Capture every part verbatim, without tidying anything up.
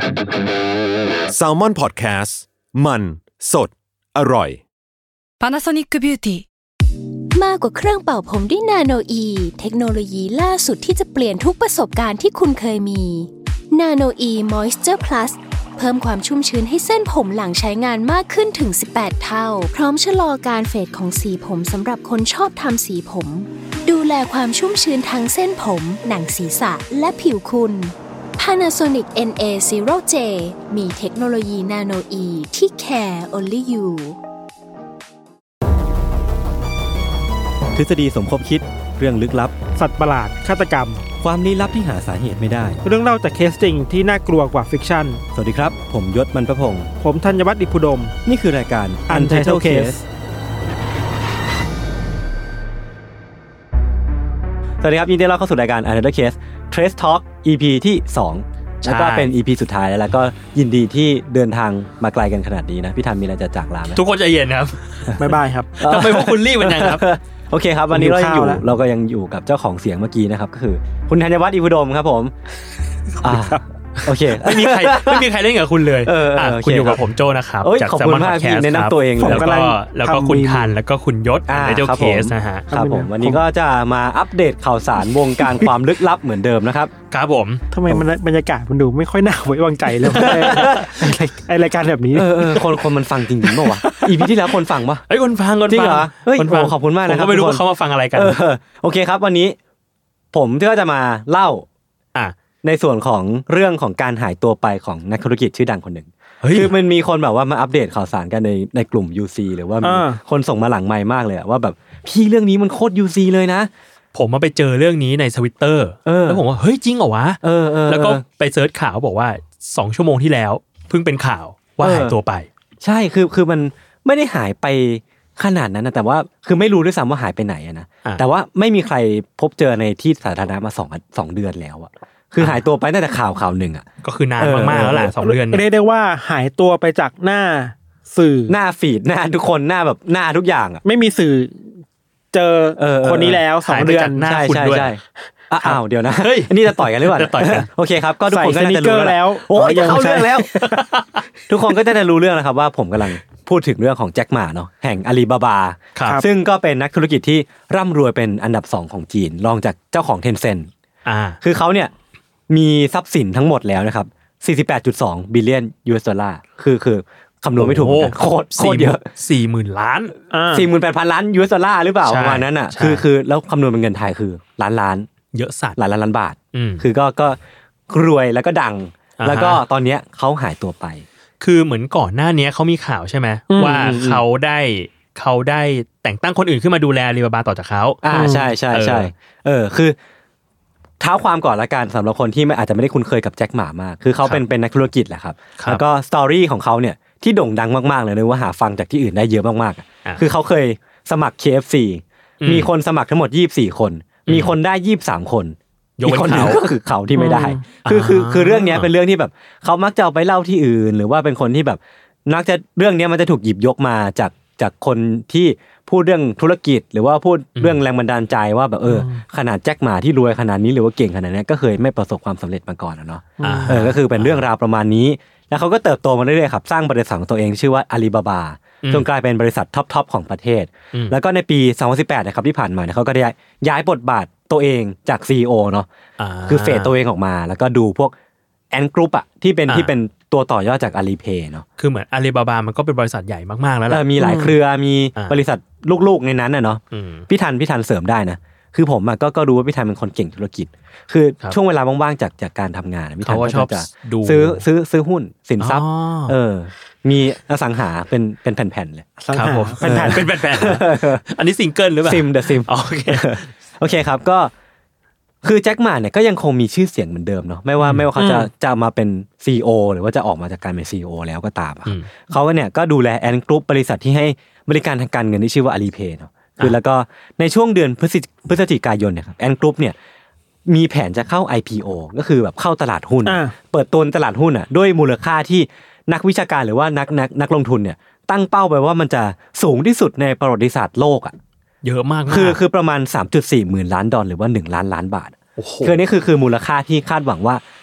Salmon Podcast มันสดอร่อย Panasonic Beauty มากกว่าเครื่องเป่าผมด้วยนาโนอีเทคโนโลยีล่าสุดที่จะเปลี่ยนทุกประสบการณ์ที่คุณเคยมีนาโนอี Moisture Plus เพิ่มความชุ่มชื้นให้เส้นผมหลังใช้งานมากขึ้นถึงสิบแปดเท่าพร้อมชะลอการเฟดของสีผมสำหรับคนชอบทำสีผมดูแลความชุ่มชื้นทั้งเส้นผมหนังศีรษะและผิวคุณ Panasonic เอ็น เอ ศูนย์ เจ มีเทคโนโลยีนาโนอีที่ care only you ทฤษฎีสมคบคิดเรื่องลึกลับสัตว์ประหลาดฆาตกรรมความลี้ลับที่หาสาเหตุไม่ได้เรื่องเล่าจากเคสจริงที่น่ากลัวกว่าฟิกชั่นสวัสดีครับผมยศมันประพงษ์ผมธัญวัฒน์อิพุดมนี่คือรายการ Untitled Case สวัสดีครับยินดีต้อนรับเข้าสู่รายการ Untitled Case Trace Talk อี พี ที่สองแล้วก็เป็น อี พี สุดท้ายแล้วแล้วก็ยินดีที่เดินทางมาไกลกันขนาดนี้นะพี่ธันมีอะไรจะจากลาไหมทุกคนใจเย็นครับบ๊ายบายครับทำไมพวกคุณรีบกันจังครับโอเคครับวันนี้เรายังอยู่เราก็ยังอยู่กับเจ้าของเสียงเมื่อกี้นะครับก็คือคุณธัญวัฒน์อิพุดมครับผมอ่าโอเคไม่มีใครไม่มีใครเล่นกับคุณเลยเออคุณอยู่กับผมโจนะครับจาก Salmon Podcast แนะนำตัวเองแล้วก็แล้วก็คุณธันแล้วก็คุณยศในเจ้าเคสนะฮะครับผมวันนี้ก็จะมาอัปเดตข่าวสารวงการความลึกลับเหมือนเดิมนะครับครับผมทำไมมันบรรยากาศมันดูไม่ค่อยน่าไว้วางใจเลยไอรายการแบบนี้เออๆคนคนมันฟังจริงๆป่ะวะ อี พี ที่แล้วคนฟังป่ะเอ้ยคนฟังคนฟังเฮ้ยขอบคุณมากนะครับผมก็ไม่รู้ว่าเขามาฟังอะไรกันโอเคครับวันนี้ผมก็จะมาเล่าอ่ะในส่วนของเรื่องของการหายตัวไปของนักธุรกิจชื่อดังคนหนึ่งคือมันมีคนแบบว่ามาอัปเดตข่าวสารกันในในกลุ่ม ยู ซี หรือว่ามีคนส่งมาหลังไมค์มากเลยว่าแบบพี่เรื่องนี้มันโคตร ยู ซี เลยนะผมมาไปเจอเรื่องนี้ใน Twitter แล้วผมว่าเฮ้ยจริงเหรอวะแล้วก็ไปเสิร์ชข่าวบอกว่าสองชั่วโมงที่แล้วเพิ่งเป็นข่าวว่าหายตัวไปใช่คือคือมันไม่ได้หายไปขนาดนั้นนะแต่ว่าคือไม่รู้ด้วยซ้ำว่าหายไปไหนนะแต่ว่าไม่มีใครพบเจอในที่สาธารณะมาสอง สองเดือนแล้วอ่ะคือหายตัวไปตั้งแต่ข่าวข่าวหนึ่งอ่ะก็คือนานมากๆแล้วแหละสองเดือนเรียกได้ว่าหายตัวไปจากหน้าสื่อหน้าฟีดหน้าทุกคนหน้าแบบหน้าทุกอย่างอ่ะไม่มีสื่อเจอคนนี้แล้วสองเดือนใช่ใช่ใช่อ้าวเดี๋ยวนะอันนี้จะต่อยกันหรือเปล่าจะต่อยกันโอเคครับก็ทุกคนก็จะรู้แล้วโอ้ยเข้าเรื่องแล้วทุกคนก็จะรู้เรื่องแล้วครับว่าผมกำลังพูดถึงเรื่องของแจ็คหม่าเนาะแห่งอาลีบาบาซึ่งก็เป็นนักธุรกิจที่ร่ำรวยเป็นอันดับสองของจีนรองจากเจ้าของ Tencent อ่าคือเขาเนี่ยมีทรัพย์สินทั้งหมดแล้วนะครับ สี่สิบแปดจุดสอง บิลเลียน ยู เอส ดอลลาร์คือคือคำนวณไม่ถูกโคตรโคตรเยอะสี่หมื่น ล้านสี่หมื่นแปดพัน ล้าน ยู เอส ดอลลาร์หรือเปล่าประมาณนั้นน่ะคือคือแล้วคำนวณเป็นเงินไทยคือล้านล้านเยอะสัตว์หลายล้านล้านบาทคือก็ก็รวยแล้วก็ดังแล้วก็ตอนเนี้ยเขาหายตัวไปคือเหมือนก่อนหน้านี้เขามีข่าวใช่ไหมว่าเขาได้เขาได้แต่งตั้งคนอื่นขึ้นมาดูแลอาลีบาบาต่อจากเขาอ่าใช่ใช่ใช่เออคือเท้าความก่อนละกันสำหรับคนที่อาจจะไม่ได้คุ้นเคยกับแจ็คหม่ามากคือเขาเป็นเป็นนักธุรกิจแหละครับแล้วก็สตอรี่ของเขาเนี่ยที่โด่งดังมากๆเลยนะว่าหาฟังจากที่อื่นได้เยอะมากๆคือเขาเคยสมัคร เค เอฟ ซี มีคนสมัครทั้งหมดยี่สิบสี่คนมีคนได้ยี่สิบสามคนอีกคนนึงก็คือเขาที่ไม่ได้คือคือคือเรื่องนี้เป็นเรื่องที่แบบเขามักจะเอาไปเล่าที่อื่นหรือว่าเป็นคนที่แบบนักจะเรื่องนี้มันจะถูกหยิบยกมาจากจากคนที่พูดเรื่องธุรกิจหรือว่าพูดเรื่องแรงบันดาลใจว่าแบบเออขนาดแจ็คหม่าที่รวยขนาดนี้หรือว่าเก่งขนาดนี้ก็เคยไม่ประสบความสำเร็จมาก่อนนะเนาะเออก็คือเป็นเรื่องราวประมาณนี้แล้วเขาก็เติบโตมาเรื่อยๆครับสร้างบริษัทของตัวเองชื่อว่าอาลีบาบาจนกลายเป็นบริษัทท็อปๆของประเทศแล้วก็ในปีสองพันสิบแปดนะครับที่ผ่านมาเนี่ยเขาก็ได้ย้ายบทบาทตัวเองจาก ซี อี โอ เนาะคือเฟดตัวเองออกมาแล้วก็ดูพวกแอนกรุ๊ปอ่ะที่เป็นที่เป็นตัวต่อยอดจาก Alipay เนาะคือเหมือน Alibaba มันก็เป็นบริษัทใหญ่มากๆแล้วแหละมีหลายเครือมีบริษัทลูกๆในนั้นน่ะเนาะพี่ทันพี่ทันเสริมได้นะคือผมอ่ะก็ก็รู้ว่าพี่ทันเป็นคนเก่งธุรกิจคือช่วงเวลาว่างๆจากจากการทำงานพี่ทันก็ชอบซื้อซื้อซื้อหุ้นสินทรัพย์เออมีอสังหาเป็นเป็นแผ่นๆเลยครับผมแผ่นๆเป็นแผ่นๆอันนี้ซิงเกิลหรือเปล่าซิมเดอะซิมโอเคโอเคครับก็คือแจ็คหม่าเนี่ยก็ยังคงมีชื่อเสียงเหมือนเดิมเนาะไม่ว่าไม่ว่าเขาจะจะมาเป็น ซี อี โอ หรือว่าจะออกมาจากการเป็น ซี อี โอ แล้วก็ตามครับเขาเนี่ยก็ดูแลแอนกรุ๊ปบริษัทที่ให้บริการทางการเงินที่ชื่อว่า Alipay เนาะคือแล้วก็ในช่วงเดือนพฤศจิกายนเนี่ยครับแอนกรุ๊ปเนี่ยมีแผนจะเข้า ไอ พี โอ ก็คือแบบเข้าตลาดหุ้นเปิดตัวตลาดหุ้นอ่ะด้วยมูลค่าที่นักวิชาการหรือว่านักนักนักลงทุนเนี่ยตั้งเป้าไปว่ามันจะสูงที่สุดในประวัติศาสตร์โลกอ่ะเยอะมากคือคือประมาณ สามจุดสี่ หมื่นล้านดอลลาร์หรือว่าหนึ่งล้านล้านบาทคือนี่คือคือมูลค่าที่คาดหวังว่า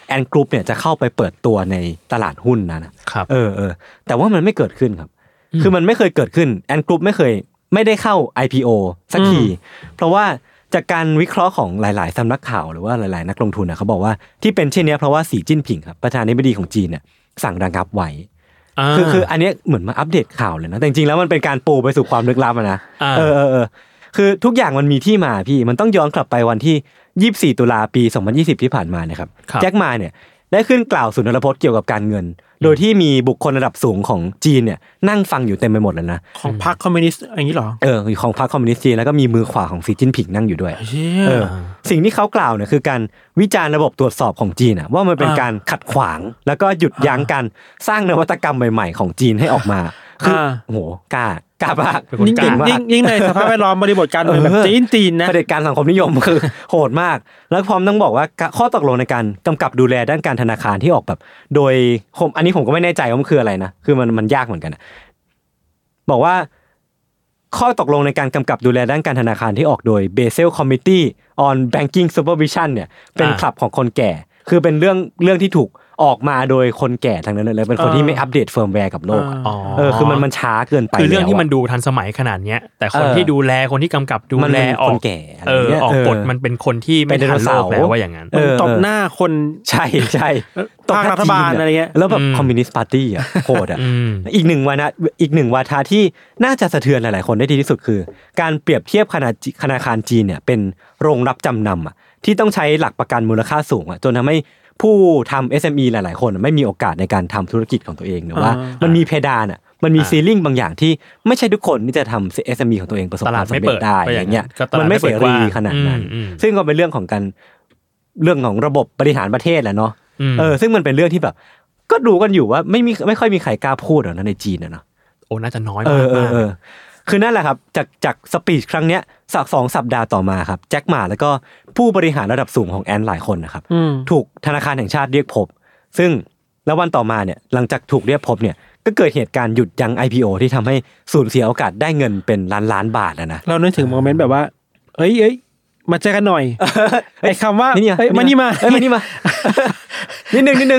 แอนกรุ๊ปเนี่ยจะเข้าไปเปิดตัวในตลาดหุ้นนะนะครับเออเออแต่ว่ามันไม่เกิดขึ้นครับคือมันไม่เคยเกิดขึ้นแอนกรุ๊ปไม่เคยไม่ได้เข้า ไอ พี โอ สักทีเพราะว่าจากการวิเคราะห์ของหลายๆสำนักข่าวหรือว่าหลายๆนักลงทุนนะเขาบอกว่าที่เป็นเช่นนี้เพราะว่าสีจิ้นผิงครับประธานาธิบดีของจีนเนี่ยสั่งระงับไว้คือคืออันนี้เหมือนมาอัปเดตข่าวเลยนะแต่จริงๆแล้วมันเป็นการปูไปสู่ความลึกลับนะเออเออเออคือทุกอย่างมันมีที่มาพี่มันต้องย้อนกลับไปวันที่ยี่สิบสี่ตุลาปีสองพันยี่สิบที่ผ่านมานะครับแจ็คมาเนี่ยได้ขึ้นกล่าวสุนทรพจน์เกี่ยวกับการเงินโดยที่มีบุคคลระดับสูงของจีนเนี่ยนั่งฟังอยู่เต็มไปหมดเลยนะของพรรคคอมมิวนิสต์อย่างนี้หรอเออของพรรคคอมมิวนิสต์จีนแล้วก็มีมือขวาของสีจิ้นผิงนั่งอยู่ด้วยเออสิ่งที่เขากล่าวเนี่ยคือการวิจารณ์ระบบตรวจสอบของจีนน่ะว่ามันเป็นการขัดขวางแล้วก็หยุดยั้งการสร้างนวัตกรรมใหม่ๆของจีนให้ออกมาคือโอ้โหกล้ากล้ามากยิ่งยิ่งยิ่งในสภาพแวดล้อมบริบทการเมืองแบบจีนๆนะเผด็จการสังคมนิยมคือโหดมากแล้วพร้อมต้องบอกว่าข้อตกลงในการกำกับดูแลด้านการธนาคารที่ออกแบบโดยผมอันนี้ผมก็ไม่แน่ใจว่ามันคืออะไรนะคือมันมันยากเหมือนกันบอกว่าข้อตกลงในการกำกับดูแลด้านการธนาคารที่ออกโดย Basel Committee on Banking Supervision เนี่ยเป็นคลับของคนแก่คือเป็นเรื่องเรื่องที่ถูกออกมาโดยคนแก่ทั้งนั้นเลยเป็นคนที่ไม่อัปเดตเฟิร์มแวร์กับโลกเออคือมันมันช้าเกินไปคือเรื่องที่มันดูทันสมัยขนาดเนี้ยแต่คนที่ดูแลคนที่กำกับดูแลออกแก่เออออกกฎมันเป็นคนที่ไม่ทันโลกแล้วว่าอย่างนั้นตบหน้าคนใช่ใช่ตบรัฐบาลอะไรเงี้ยแล้วแบบคอมมิวนิสต์พาร์ตี้อ่ะโหดอ่ะอีกหนึ่งวาระอีกหนึ่งวาทะที่น่าจะสะเทือนหลายๆคนได้ดีที่สุดคือการเปรียบเทียบธนาคารจีนเนี่ยเป็นโรงรับจำนำอ่ะที่ต้องใช้หลักประกันมูลค่าสูงอ่ะจนทำให้ผู้ทำ เอส เอ็ม อี หลายๆคนไม่มีโอกาสในการทำธุรกิจของตัวเองหรือว่ามันมีเพดานอ่ะมันมีซีลิ่งบางอย่างที่ไม่ใช่ทุกคนที่จะทำ เอส เอ็ม อี ของตัวเองประสบความสำเร็จได้อย่างเงี้ยมันไม่เสรีขนาดนั้นซึ่งก็เป็นเรื่องของการเรื่องของระบบบริหารประเทศแหละเนาะเออซึ่งมันเป็นเรื่องที่แบบก็ดูกันอยู่ว่าไม่มีไม่ค่อยมีใครกล้าพูดหรอกนะในจีนนะเนาะโอ้น่าจะน้อยมากคือนั่นแหละครับจากจากสปีชครั้งเนี้ยสักสองสัปดาห์ต่อมาครับแจ็คหม่าแล้วก็ผู้บริหารระดับสูงของแอนหลายคนนะครับถูกธนาคารแห่งชาติเรียกพบซึ่งแล้ววันต่อมาเนี่ยหลังจากถูกเรียกพบเนี่ยก็เกิดเหตุการณ์หยุดยั้ง ไอ พี โอ ที่ทำให้สูญเสียโอกาสได้เงินเป็นล้านล้านบาทนะเรานึกถึงโมเมนต์แบบว่าเอ้ยเอ้ยมาเจอกันหน่อยไอ้คำว่าเอ้ยมานี่มาเอ้ยมานี่มานิดนึงนิดนึง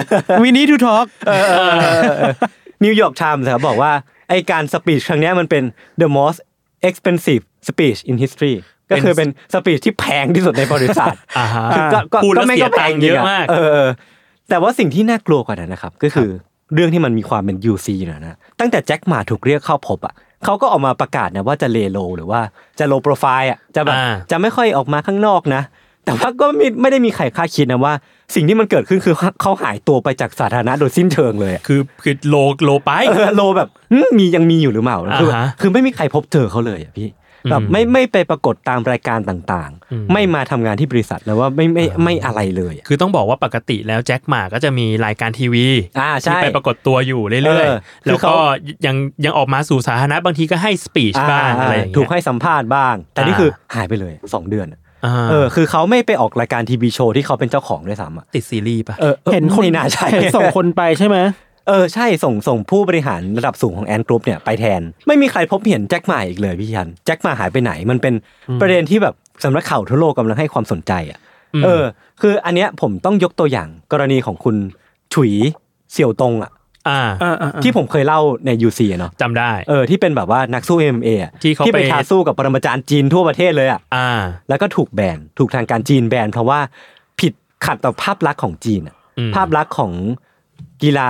we need to talk นิวยอร์กไทม์ครับบอกว่าไอการสปีชครั้งนี้มันเป็น the most expensive speech in history ก็คือเป็นสปีชที่แพงที่สุดในประวัติศาสตร์ก็ก็ไม่ก็แพงเยอะมากเออแต่ว่าสิ่งที่น่ากลัวกว่านั้นนะครับก็คือเรื่องที่มันมีความเป็น ยู ซี นะนะตั้งแต่แจ็คหม่าถูกเรียกเข้าพบอ่ะเขาก็ออกมาประกาศนะว่าจะเลโลหรือว่าจะโลโปรไฟล์อ่ะจะแบบจะไม่ค่อยออกมาข้างนอกนะแต่ว่าก็ไม่ไม่ได้มีใครคาดคิดนะว่าสิ่งที่มันเกิดขึ้นคือเขาหายตัวไปจากสาธารณะโดยสิ้นเชิงเลยคือคือโลโลไปโลแบบมียังมีอยู่หรือเปล่าคือคือไม่มีใครพบเจอเขาเลยอ่ะพี่แบบไม่ไม่ไปปรากฏตามรายการต่างๆไม่มาทำงานที่บริษัทแล้วว่าไม่ไม่ไม่อะไรเลยคือต้องบอกว่าปกติแล้วแจ็คหม่าก็จะมีรายการทีวีที่ไปปรากฏตัวอยู่เรื่อยๆแล้วก็ยังยังออกมาสู่สาธารณะบางทีก็ให้สปีชบ้างอะไรอย่างเงี้ยถูกให้สัมภาษณ์บ้างแต่นี่คือหายไปเลยสองเดือนเออคือเขาไม่ไปออกรายการทีวีโชว์ที่เขาเป็นเจ้าของด้วยซ้ำอ่ะติดซีรีส์ป่ะเห็นคนน่าใช่ส่งคนไปใช่ไหมเออใช่ส่งส่งผู้บริหารระดับสูงของแอนกรุ๊ปเนี่ยไปแทนไม่มีใครพบเห็นแจ็คหม่าอีกเลยพี่ยันแจ็คหม่าหายไปไหนมันเป็นประเด็นที่แบบสำนักข่าวทั่วโลกกำลังให้ความสนใจอ่ะเออคืออันเนี้ยผมต้องยกตัวอย่างกรณีของคุณฉุยเสี่ยวตงอ่ะที่ผมเคยเล่าใน ยู ซี เนาะจำได้เออที่เป็นแบบว่านักสู้ เอ็ม เอ็ม เอ อ่ะที่ไปท้าสู้กับปรมาจารย์จีนทั่วประเทศเลยอ่ะแล้วก็ถูกแบนถูกทางการจีนแบนเพราะว่าผิดขัดต่อภาพลักษณ์ของจีนอ่ะภาพลักษณ์ของกีฬา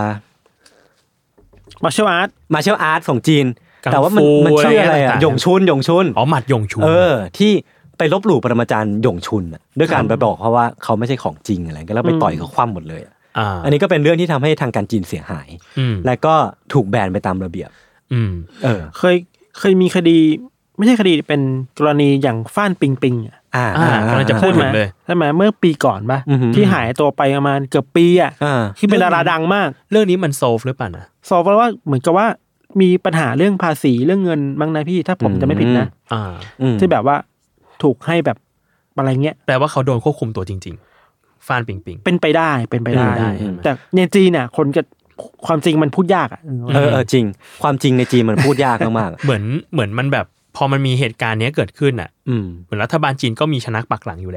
มาร์เชียลอาร์ตมาร์เชียลอาร์ตของจีนแต่ว่ามันมันชื่ออะไรอ่ะหยงชุนหยงชุนอ๋อหมัดหยงชุนเออที่ไปลบหลู่ปรมาจารย์หยงชุนอ่ะด้วยการไปบอกเขาว่าเขาไม่ใช่ของจริงอะไรก็แล้วไปต่อยเขาคว่ำหมดเลยอันนี้ก็เป็นเรื่องที่ทำให้ทางการจีนเสียหายและก็ถูกแบนไปตามระเบียบเออเคยเคยมีคดีไม่ใช่คดีเป็นกรณีอย่างฟ้านปิงปิงอ่ะอ่ากำลังจะพูดถึงเลยใช่ไหมเมื่อปีก่อนป่ะที่หายตัวไปประมาณเกือบปีอ่ะที่เป็นดาราดังมากเรื่องนี้มันโซฟหรือเปล่านะโซฟเพราะว่าเหมือนกับว่ามีปัญหาเรื่องภาษีเรื่องเงินบ้างนะพี่ถ้าผมจะไม่ผิดนะที่แบบว่าถูกให้แบบอะไรเงี้ยแปลว่าเขาโดนควบคุมตัวจริงๆฟ้านปิงปิงเป็นไปได้เป็นไปได้แต่ในจีนน่ะคนก็ความจริงมันพูดยากอ่ะเออจริงความจริงในจีนมันพูดยากมากๆเหมือนเหมือนมันแบบพอมันมีเหตุการณ์นี้เกิดขึ้นอ่ะเหมือนรัฐบาลจีนก็มีชนักปักหลังอยู่แล้วอ่ะ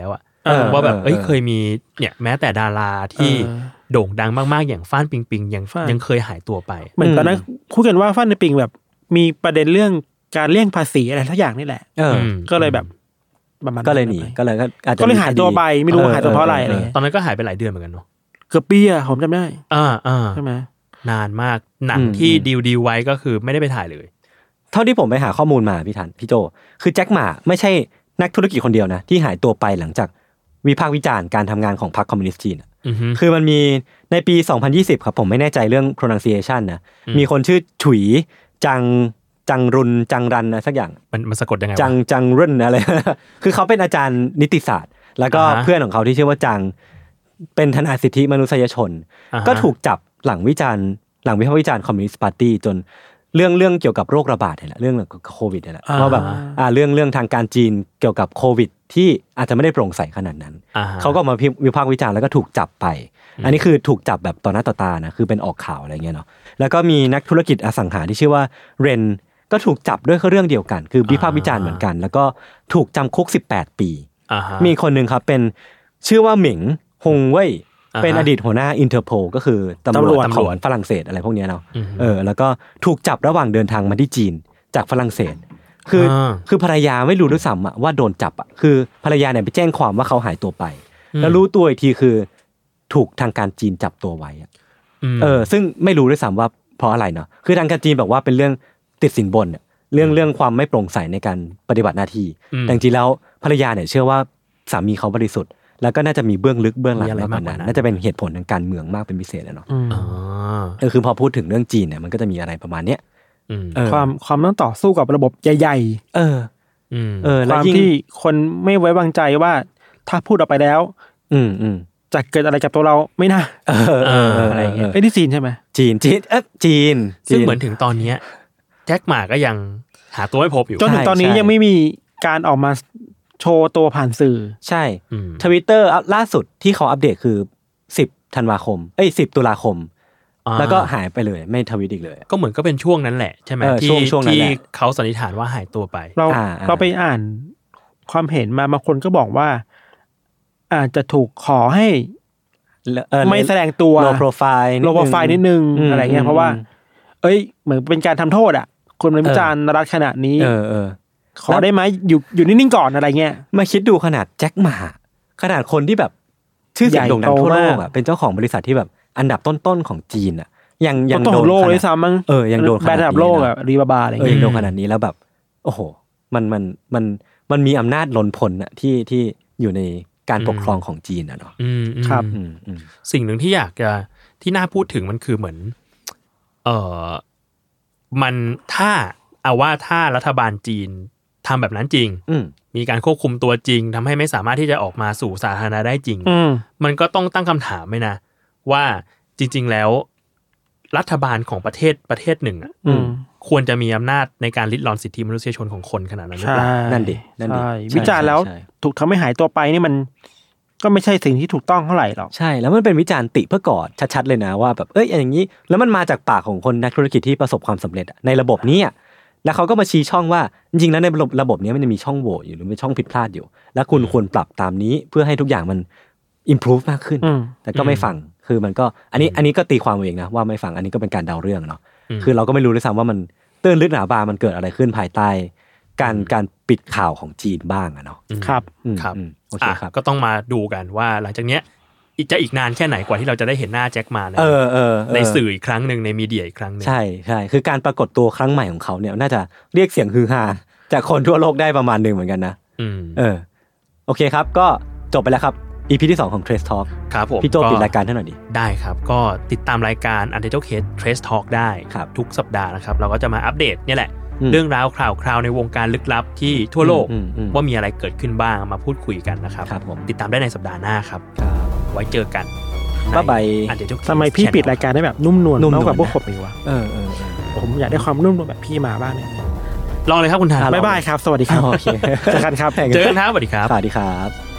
ว่าแบบเอ้ยเคยมีเนี่ยแม้แต่ดาราที่โด่งดังมากๆอย่างฟ้านปิงปิงยังยังเคยหายตัวไปเหมือนตอนนั้นพูดกันว่าฟ้านปิงแบบมีประเด็นเรื่องการเลี่ยงภาษีอะไรทุกอย่างนี่แหละก็เลยแบบก็เลยหนีก็เลยอาจจะก็เลยหายตัวไปไม่รู้หายตัวเพราะอะไรอะไรตอนนั้นก็หายไปหลายเดือนเหมือนกันเนาะเกือบปีอะผมจำได้อ่าอ่าใช่ไหมนานมากหนังที่ดีลดีลไว้ก็คือไม่ได้ไปถ่ายเลยเท่าที่ผมไปหาข้อมูลมาพี่ทันพี่โจคือแจ็คหม่าไม่ใช่นักธุรกิจคนเดียวนะที่หายตัวไปหลังจากวิพากษ์วิจารณ์การทำงานของพรรคคอมมิวนิสต์จีนคือมันมีในปีสองพันยี่สิบครับผมไม่แน่ใจเรื่อง pronunciation นะมีคนชื่อฉุยจังจังรุนจังรันนะสักอย่างมันมันสะกดยังไงจังจังรุ่นอะไร คือเขาเป็นอาจารย์นิติศาสตร์แล้วก็เพื่อนของเขาที่ชื่อว่าจังเป็นทนายสิทธิมนุษยชนก็ถูกจับหลังวิจารณ์หลังวิพากษ์วิจารณ์คอมมิวนิสต์ปาร์ตี้จนเรื่องเรื่องเกี่ยวกับโรคระบาดนี่แหละเรื่องโควิดนี่แหละเพราะแบบอ่าเรื่องเรื่องทางการจีนเกี่ยวกับโควิดที่อาจจะไม่ได้โปร่งใสขนาดนั้นเขาก็มาวิพากษ์วิจารณ์แล้วก็ถูกจับไปอันนี้คือถูกจับแบบต่อหน้าต่อตานะคือเป็นออกข่าวอะไรเงี้ยเนาะแล้วก็มีนักธุรกิจอสังหาที่ชื่อว่าเรนก็ถูกจับด้วยเรื่องเดียวกันคือวิพากษ์วิจารณ์เหมือนกันแล้วก็ถูกจำคุกสิบแปดปีมีคนนึงครับเป็นชื่อว่าเหมิงฮงเว่ยเป็นอดีตหัวหน้าอินเตอร์โพลก็คือตำรวจของฝรั่งเศสอะไรพวกนี้เนาะเออแล้วก็ถูกจับระหว่างเดินทางมาที่จีนจากฝรั่งเศสคือคือภรรยาไม่รู้ด้วยซ้ำว่าโดนจับอ่ะคือภรรยาเนี่ยไปแจ้งความว่าเขาหายตัวไปแล้วรู้ตัวอีกทีคือถูกทางการจีนจับตัวไว้อ่ะเออซึ่งไม่รู้ด้วยซ้ำว่าเพราะอะไรเนาะคือทางการจีนบอกว่าเป็นเรื่องติดสินบนเนี่ยเรื่องเรื่องความไม่โปร่งใสในการปฏิบัติหน้าที่แต่จริงๆแล้วภรรยาเนี่ยเชื่อว่าสามีเขาบริสุทธิ์แล้วก็น่าจะมีเบื้องลึกเบื้องหลังมากกว่านั้นน่าจะเป็นเหตุผลทางการเมืองมากเป็นพิเศษเลยเนาะเออคือพอพูดถึงเรื่องจีนเนี่ยมันก็จะมีอะไรประมาณเนี้ยความความต้องต่อสู้กับระบบใหญ่ๆเออเออความที่คนไม่ไว้วางใจว่าถ้าพูดออกไปแล้วอืมอืมจะเกิดอะไรกับตัวเราไม่น่าเออเอออะไรเงี้ยไอ้ที่จีนใช่ไหมจีนจีนเออจีนซึ่งเหมือนถึงตอนนี้แจ็คหม่าก็ยังหาตัวไม่พบอยู่จนถึงตอนนี้ยังไม่มีการออกมาโชว์ตัวผ่านสื่อใช่ Twitter ล่าสุดที่เขาอัปเดตคือสิบธันวาคมเอ้ยสิบตุลาคมแล้วก็หายไปเลยไม่ทวีตอีกเลยก็เหมือนก็เป็นช่วงนั้นแหละใช่ไหมที่ที่เขาสันนิษฐานว่าหายตัวไปเราเราไปอ่านความเห็นมาบางคนก็บอกว่าอาจจะถูกขอให้ไม่แสดงตัว low profile low profile นิดนึงอะไรเงี้ยเพราะว่าเอ้ยเหมือนเป็นการทำโทษอ่ะคนเป็นวิจารณ์รัฐขนาดนี้ขอได้ไหมอยู่อยู่นิ่งๆก่อนอะไรเงี้ยมาคิดดูขนาดแจ็คหม่าขนาดคนที่แบบชื่อเสียงโด่งดังทั่วโลกอ่ะเป็นเจ้าของบริษัทที่แบบอันดับต้นๆของจีนอ่ะยังยังโดนโลกเลยซ้ำมั้งเออยังโดนขนาดนี้ระดับโลกอ่ะรีบาบาอะไรเงี้ยยังโดนขนาดนี้แล้วแบบโอ้โหมันมันมันมันมีอำนาจล้นพ้นอ่ะที่ที่อยู่ในการปกครองของจีนอ่ะเนาะครับสิ่งหนึ่งที่อยากจะที่น่าพูดถึงมันคือเหมือนเออมันถ้าเอาว่าถ้ารัฐบาลจีนทำแบบนั้นจริงมีการควบคุมตัวจริงทำให้ไม่สามารถที่จะออกมาสู่สาธารณะได้จริงมันก็ต้องตั้งคำถามไหมนะว่าจริงๆแล้วรัฐบาลของประเทศประเทศหนึ่งอ่ะควรจะมีอำนาจในการริดรอนสิทธิมนุษยชนของคนขนาดนั้นหรือเปล่านั่นดินั่นดิวิจารณ์แล้วถูกทำให้หายตัวไปนี่มันก็ไม่ใช่สิ่งที่ถูกต้องเท่าไหร่หรอกใช่แล้วมันเป็นวิจารณ์ติเพื่อกอดชัดๆเลยนะว่าแบบเอ้ยอย่างนี้แล้วมันมาจากปากของคนนักธุรกิจที่ประสบความสำเร็จในระบบนี้แล้วเขาก็มาชี้ช่องว่าจริงๆแล้วในระบบระบบนี้มันจะมีช่องโหว่อยู่หรือมีช่องผิดพลาดอยู่แล้วคุณควรปรับตามนี้เพื่อให้ทุกอย่างมัน improve มากขึ้นแต่ก็ไม่ฟังคือมันก็อันนี้อันนี้ก็ตีความเองนะว่าไม่ฟังอันนี้ก็เป็นการเดาเรื่องเนาะคือเราก็ไม่รู้ด้วยซ้ำว่ามันตื้นลึกหนาบางมันเกิดอะไรขึ้นภายใต้การการปิดข่าวของจีนบ้างอะเนาะครับครับโอเคครับก็ต้องมาดูกันว่าหลังจากเนี้ยอีกจะอีกนานแค่ไหนกว่าที่เราจะได้เห็นหน้าแจ็คหม่าในในสื่ออีกครั้งนึงในมีเดียอีกครั้งนึงใช่ใช่คือการปรากฏตัวครั้งใหม่ของเขาเนี่ยน่าจะเรียกเสียงฮือฮาจากคนทั่วโลกได้ประมาณนึงเหมือนกันนะเออโอเคครับก็จบไปแล้วครับ อี พี ที่สองของ Trace Talk ครับผมพี่โจปิดรายการให้หน่อยดิได้ครับก็ติดตามรายการ Untitled Case Trace Talk ได้ทุกสัปดาห์นะครับเราก็จะมาอัปเดตนี่แหละเรื่องราวข่าวคราวในวงการลึกลับที่ทั่วโลกว่ามีอะไรเกิดขึ้นบ้างมาพูดคุยกันนะครับติดตามได้ในสัปดาห์หน้าครับไว้เจอกันบ๊ายบายทำไมพี่ปิดรายการได้แบบนุ่มนวลมากกว่าพวกผมอีกวะเออเออผมอยากได้ความนุ่มนวลแบบพี่มาบ้างเนี่ยลองเลยครับคุณทานบ๊ายบายครับสวัสดีครับโอเคเจอกันครับเจอกันครับสวัสดีครับสวัสดีครับ